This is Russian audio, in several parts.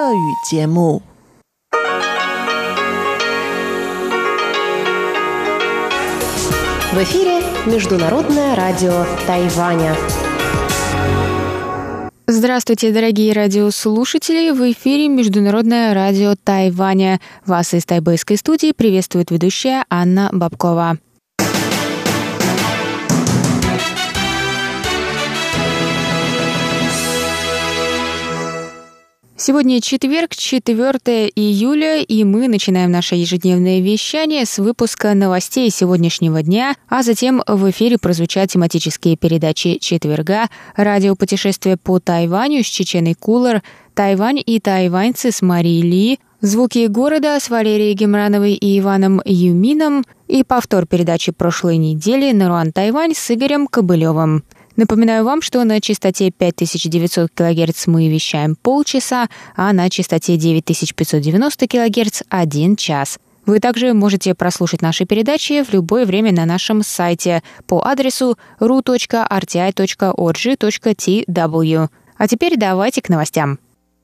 俄语节目。 В эфире Международное радио Тайваня. Здравствуйте, дорогие радиослушатели! В эфире Международное радио Тайваня. Вас из тайбэйской студии приветствует ведущая Анна Бабкова. Сегодня четверг, 4 июля, и мы начинаем наше ежедневное вещание с выпуска новостей сегодняшнего дня, а затем в эфире прозвучат тематические передачи четверга, радиопутешествие по Тайваню с Чеченой Кулар, Тайвань и тайваньцы с Марией Ли, звуки города с Валерией Гемрановой и Иваном Юмином и повтор передачи прошлой недели «Наруан Тайвань» с Игорем Кобылевым. Напоминаю вам, что на частоте 5900 кГц мы вещаем полчаса, а на частоте 9590 кГц – 1 час. Вы также можете прослушать наши передачи в любое время на нашем сайте по адресу ru.rti.org.tw. А теперь давайте к новостям.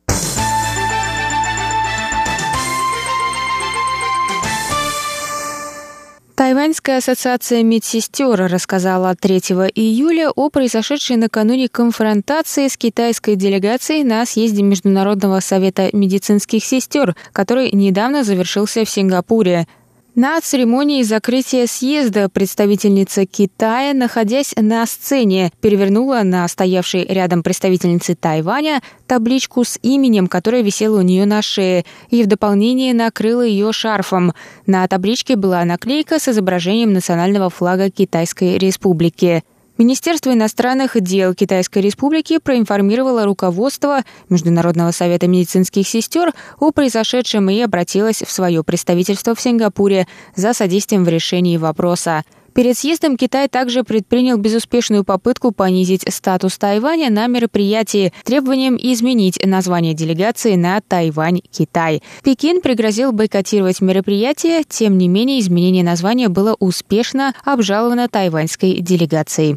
Тайваньская ассоциация медсестер рассказала 3 июля о произошедшей накануне конфронтации с китайской делегацией на съезде Международного совета медицинских сестер, который недавно завершился в Сингапуре. На церемонии закрытия съезда представительница Китая, находясь на сцене, перевернула на стоявшей рядом представительницы Тайваня табличку с именем, которая висела у нее на шее, и в дополнение накрыла ее шарфом. На табличке была наклейка с изображением национального флага Китайской Республики. Министерство иностранных дел Китайской Республики проинформировало руководство Международного совета медицинских сестер о произошедшем и обратилось в свое представительство в Сингапуре за содействием в решении вопроса. Перед съездом Китай также предпринял безуспешную попытку понизить статус Тайваня на мероприятии требованием изменить название делегации на Тайвань-Китай. Пекин пригрозил бойкотировать мероприятие, тем не менее изменение названия было успешно обжаловано тайваньской делегацией.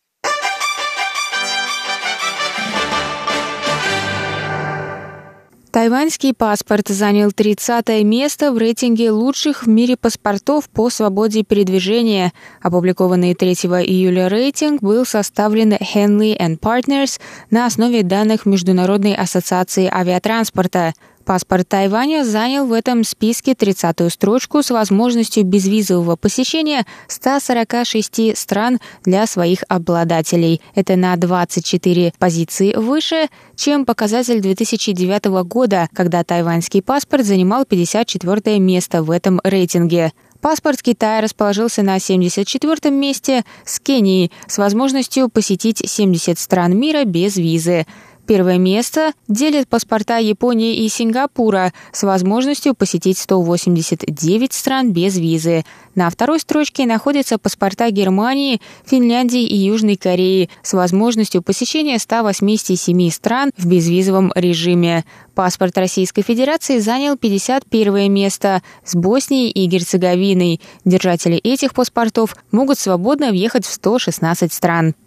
Тайваньский паспорт занял 30-е место в рейтинге лучших в мире паспортов по свободе передвижения. Опубликованный 3 июля рейтинг был составлен Henley & Partners на основе данных Международной ассоциации авиатранспорта. Паспорт Тайваня занял в этом списке 30-ю строчку с возможностью безвизового посещения 146 стран для своих обладателей. Это на 24 позиции выше, чем показатель 2009 года, когда тайваньский паспорт занимал 54-е место в этом рейтинге. Паспорт Китая расположился на 74-м месте с Кенией с возможностью посетить 70 стран мира без визы. Первое место делят паспорта Японии и Сингапура с возможностью посетить 189 стран без визы. На второй строчке находятся паспорта Германии, Финляндии и Южной Кореи с возможностью посещения 187 стран в безвизовом режиме. Паспорт Российской Федерации занял 51-е место с Боснией и Герцеговиной. Держатели этих паспортов могут свободно въехать в 116 стран.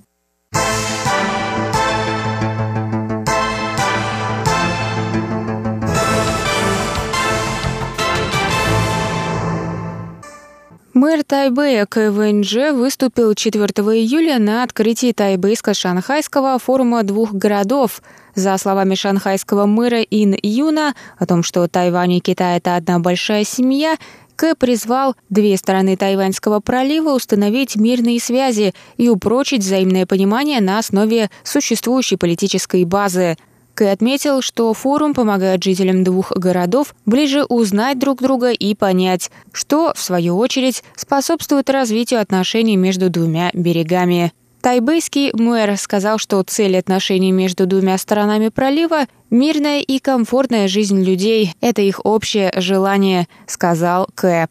Мэр Тайбэя Кэ Вэньчжэ выступил 4 июля на открытии Тайбэйско-Шанхайского форума двух городов. За словами шанхайского мэра Ин Юна о том, что Тайвань и Китай – это одна большая семья, Кэ призвал две стороны Тайваньского пролива установить мирные связи и упрочить взаимное понимание на основе существующей политической базы. Кэ отметил, что форум помогает жителям двух городов ближе узнать друг друга и понять, что, в свою очередь, способствует развитию отношений между двумя берегами. Тайбэйский мэр сказал, что цель отношений между двумя сторонами пролива – мирная и комфортная жизнь людей. Это их общее желание, сказал Кэ.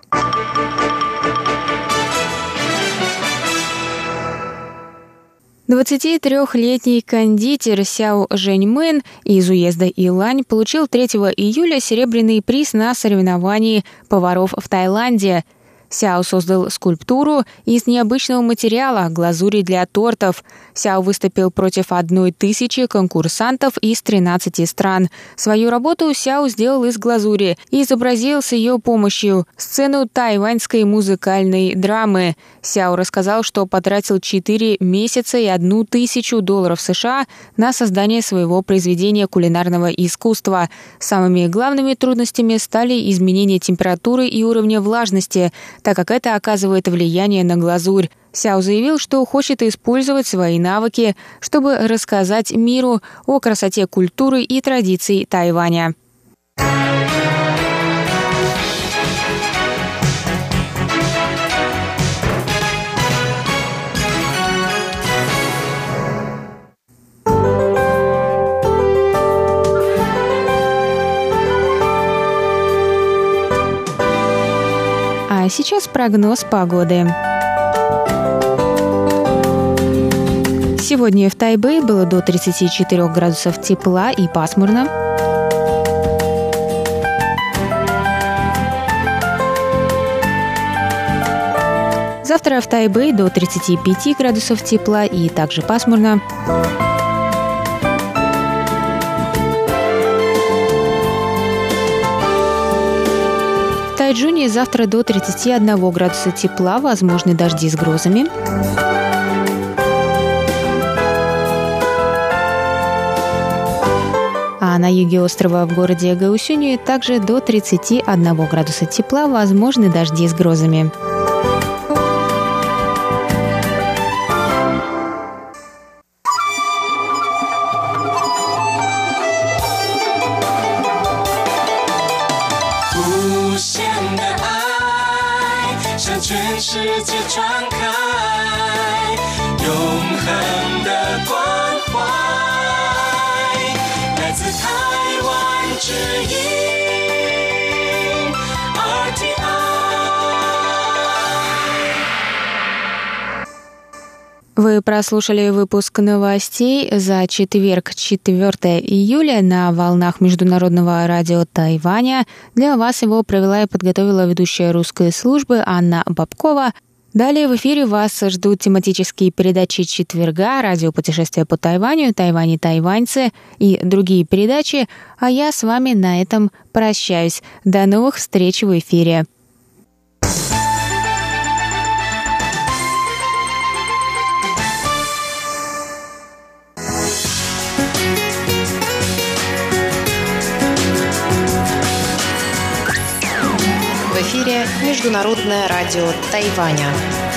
23-летний кондитер Сяо Жэньмэн из уезда Илань получил 3 июля серебряный приз на соревновании поваров в Таиланде. Сяо создал скульптуру из необычного материала – глазури для тортов. Сяо выступил против 1000 конкурсантов из 13 стран. Свою работу Сяо сделал из глазури и изобразил с ее помощью сцену тайваньской музыкальной драмы. Сяо рассказал, что потратил 4 месяца и $1000 США на создание своего произведения кулинарного искусства. Самыми главными трудностями стали изменение температуры и уровня влажности, так как это оказывает влияние на глазурь. Сяо заявил, что хочет использовать свои навыки, чтобы рассказать миру о красоте культуры и традиций Тайваня. А сейчас прогноз погоды. Сегодня в Тайбэе было до 34 градусов тепла и пасмурно. Завтра в Тайбэе до 35 градусов тепла и также пасмурно. В Тайчжуне завтра до 31 градуса тепла, возможны дожди с грозами. А на юге острова в городе Гаосюни также до 31 градуса тепла, возможны дожди с грозами. Вы прослушали выпуск новостей за четверг, 4 июля на волнах Международного радио Тайваня. Для вас его провела и подготовила ведущая русской службы Анна Бабкова. Далее в эфире вас ждут тематические передачи четверга, радиопутешествия по Тайваню, Тайвань и тайваньцы и другие передачи. А я с вами на этом прощаюсь. До новых встреч в эфире. В эфире Международное радио Тайваня.